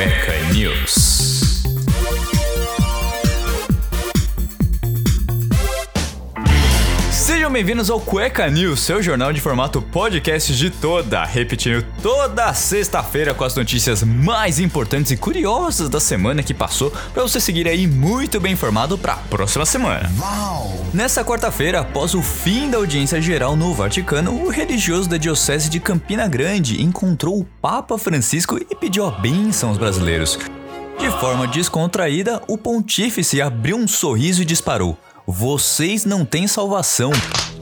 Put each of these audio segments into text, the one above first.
Cueca News. Sejam bem-vindos ao Cueca News, seu jornal de formato podcast de repetindo, toda sexta-feira com as notícias mais importantes e curiosas da semana que passou, para você seguir aí muito bem informado para a próxima semana. Uau! Nessa quarta-feira, após o fim da audiência geral no Vaticano, o religioso da Diocese de Campina Grande encontrou o Papa Francisco e pediu a bênção aos brasileiros. De forma descontraída, o pontífice abriu um sorriso e disparou: "Vocês não têm salvação.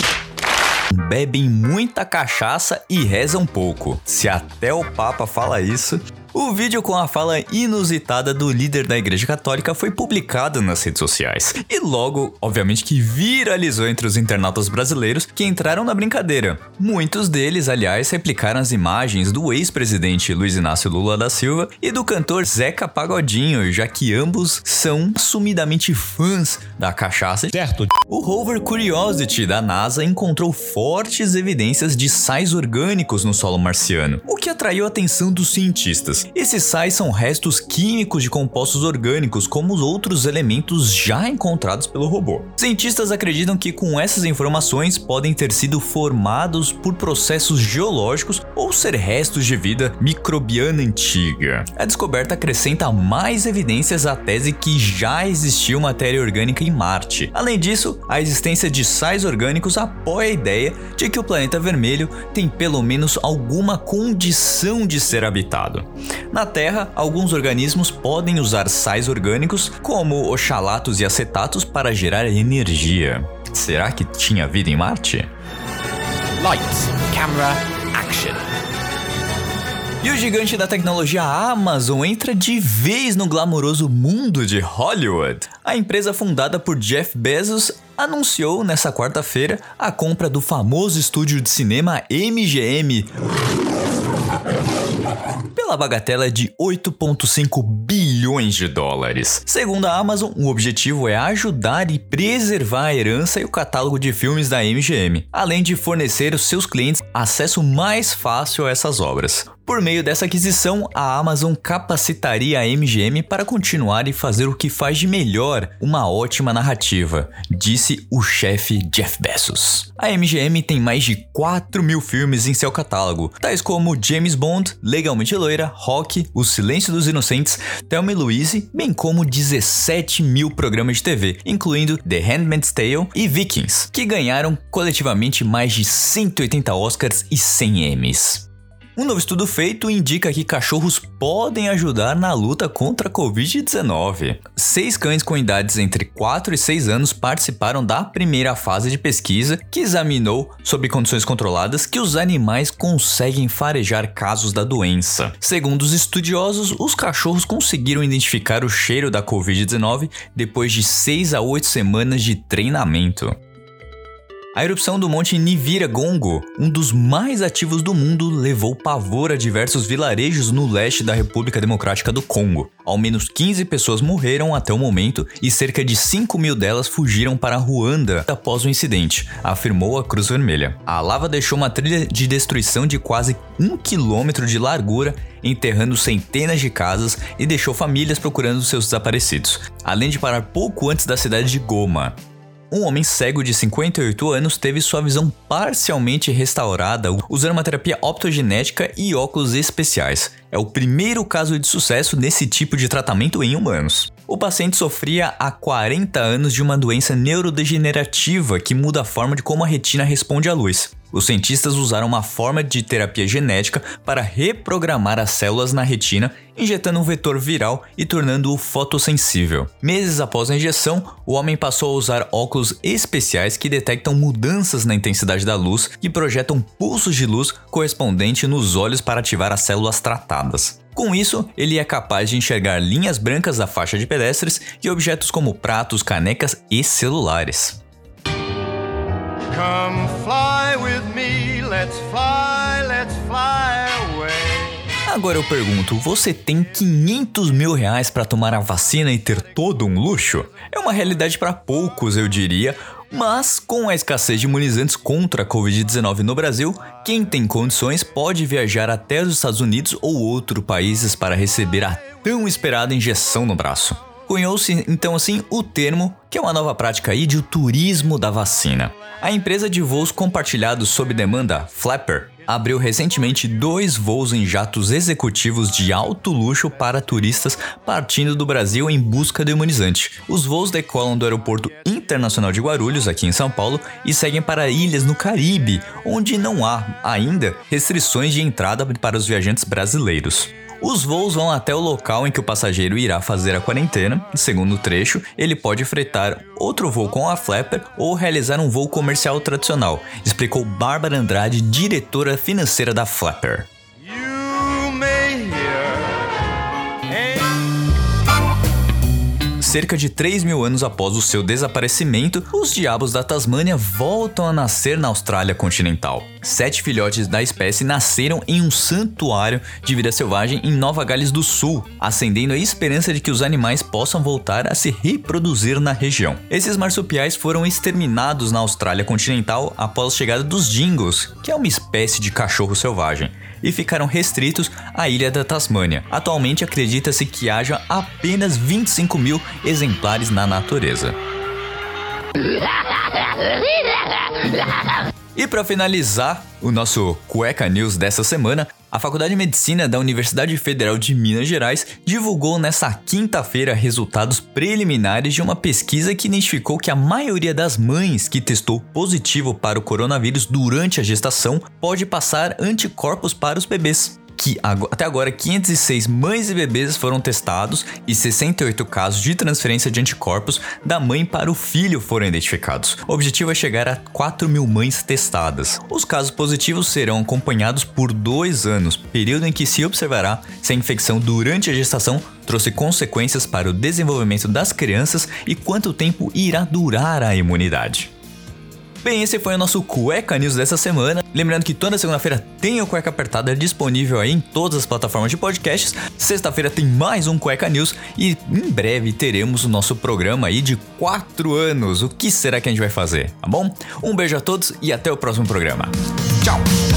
Bebem muita cachaça e rezam pouco." Se até o Papa fala isso... O vídeo com a fala inusitada do líder da Igreja Católica foi publicado nas redes sociais. E logo, obviamente que viralizou entre os internautas brasileiros que entraram na brincadeira. Muitos deles, aliás, replicaram as imagens do ex-presidente Luiz Inácio Lula da Silva e do cantor Zeca Pagodinho, já que ambos são assumidamente fãs da cachaça. Certo. O rover Curiosity da NASA encontrou fortes evidências de sais orgânicos no solo marciano, o que atraiu a atenção dos cientistas. Esses sais são restos químicos de compostos orgânicos, como os outros elementos já encontrados pelo robô. Cientistas acreditam que com essas informações podem ter sido formados por processos geológicos ou ser restos de vida microbiana antiga. A descoberta acrescenta mais evidências à tese que já existiu matéria orgânica em Marte. Além disso, a existência de sais orgânicos apoia a ideia de que o planeta vermelho tem pelo menos alguma condição de ser habitado. Na Terra, alguns organismos podem usar sais orgânicos, como oxalatos e acetatos, para gerar energia. Será que tinha vida em Marte? Lights, camera, action. E o gigante da tecnologia Amazon entra de vez no glamouroso mundo de Hollywood. A empresa fundada por Jeff Bezos anunciou nessa quarta-feira a compra do famoso estúdio de cinema MGM pela bagatela de 8,5 bilhões de dólares. Segundo a Amazon, o objetivo é ajudar e preservar a herança e o catálogo de filmes da MGM, além de fornecer aos seus clientes acesso mais fácil a essas obras. Por meio dessa aquisição, a Amazon capacitaria a MGM para continuar e fazer o que faz de melhor, uma ótima narrativa, disse o chefe Jeff Bezos. A MGM tem mais de 4.000 filmes em seu catálogo, tais como James Bond, Legalmente Loira, Rocky, O Silêncio dos Inocentes, Thelma e Louise, bem como 17.000 programas de TV, incluindo The Handmaid's Tale e Vikings, que ganharam coletivamente mais de 180 Oscars e 100 Emmys. Um novo estudo feito indica que cachorros podem ajudar na luta contra a Covid-19. 6 cães com idades entre 4 e 6 anos participaram da primeira fase de pesquisa que examinou, sob condições controladas, que os animais conseguem farejar casos da doença. Segundo os estudiosos, os cachorros conseguiram identificar o cheiro da Covid-19 depois de 6 a 8 semanas de treinamento. A erupção do Monte Niviragongo, um dos mais ativos do mundo, levou pavor a diversos vilarejos no leste da República Democrática do Congo. Ao menos 15 pessoas morreram até o momento e cerca de 5.000 delas fugiram para Ruanda após o incidente, afirmou a Cruz Vermelha. A lava deixou uma trilha de destruição de quase 1 quilômetro de largura, enterrando centenas de casas e deixou famílias procurando seus desaparecidos, além de parar pouco antes da cidade de Goma. Um homem cego de 58 anos teve sua visão parcialmente restaurada usando uma terapia optogenética e óculos especiais. É o primeiro caso de sucesso nesse tipo de tratamento em humanos. O paciente sofria há 40 anos de uma doença neurodegenerativa que muda a forma de como a retina responde à luz. Os cientistas usaram uma forma de terapia genética para reprogramar as células na retina, injetando um vetor viral e tornando-o fotossensível. Meses após a injeção, o homem passou a usar óculos especiais que detectam mudanças na intensidade da luz e projetam pulsos de luz correspondente nos olhos para ativar as células tratadas. Com isso, ele é capaz de enxergar linhas brancas da faixa de pedestres e objetos como pratos, canecas e celulares. Come fly with me, let's fly away. Agora eu pergunto, você tem 500 mil reais para tomar a vacina e ter todo um luxo? É uma realidade para poucos, eu diria, Mas, com a escassez de imunizantes contra a Covid-19 no Brasil, quem tem condições pode viajar até os Estados Unidos ou outros países para receber a tão esperada injeção no braço. Cunhou-se então assim o termo, que é uma nova prática aí de o turismo da vacina. A empresa de voos compartilhados sob demanda, Flapper, abriu recentemente 2 voos em jatos executivos de alto luxo para turistas partindo do Brasil em busca do imunizante. Os voos decolam do Aeroporto Internacional de Guarulhos, aqui em São Paulo, e seguem para ilhas no Caribe, onde não há ainda restrições de entrada para os viajantes brasileiros. Os voos vão até o local em que o passageiro irá fazer a quarentena. Segundo o trecho, ele pode fretar outro voo com a Flapper ou realizar um voo comercial tradicional, explicou Bárbara Andrade, diretora financeira da Flapper. Cerca de 3.000 anos após o seu desaparecimento, os diabos da Tasmânia voltam a nascer na Austrália continental. 7 filhotes da espécie nasceram em um santuário de vida selvagem em Nova Gales do Sul, acendendo a esperança de que os animais possam voltar a se reproduzir na região. Esses marsupiais foram exterminados na Austrália continental após a chegada dos dingos, que é uma espécie de cachorro selvagem, e ficaram restritos à ilha da Tasmânia. Atualmente acredita-se que haja apenas 25.000 exemplares na natureza. E para finalizar o nosso Cueca News dessa semana, a Faculdade de Medicina da Universidade Federal de Minas Gerais divulgou nesta quinta-feira resultados preliminares de uma pesquisa que identificou que a maioria das mães que testou positivo para o coronavírus durante a gestação pode passar anticorpos para os bebês. Até agora, 506 mães e bebês foram testados e 68 casos de transferência de anticorpos da mãe para o filho foram identificados. O objetivo é chegar a 4.000 mães testadas. Os casos positivos serão acompanhados por 2 anos, período em que se observará se a infecção durante a gestação trouxe consequências para o desenvolvimento das crianças e quanto tempo irá durar a imunidade. Bem, esse foi o nosso Cueca News dessa semana. Lembrando que toda segunda-feira tem o Cueca Apertada disponível aí em todas as plataformas de podcasts. Sexta-feira tem mais um Cueca News e em breve teremos o nosso programa aí de 4 anos. O que será que a gente vai fazer, tá bom? Um beijo a todos e até o próximo programa. Tchau!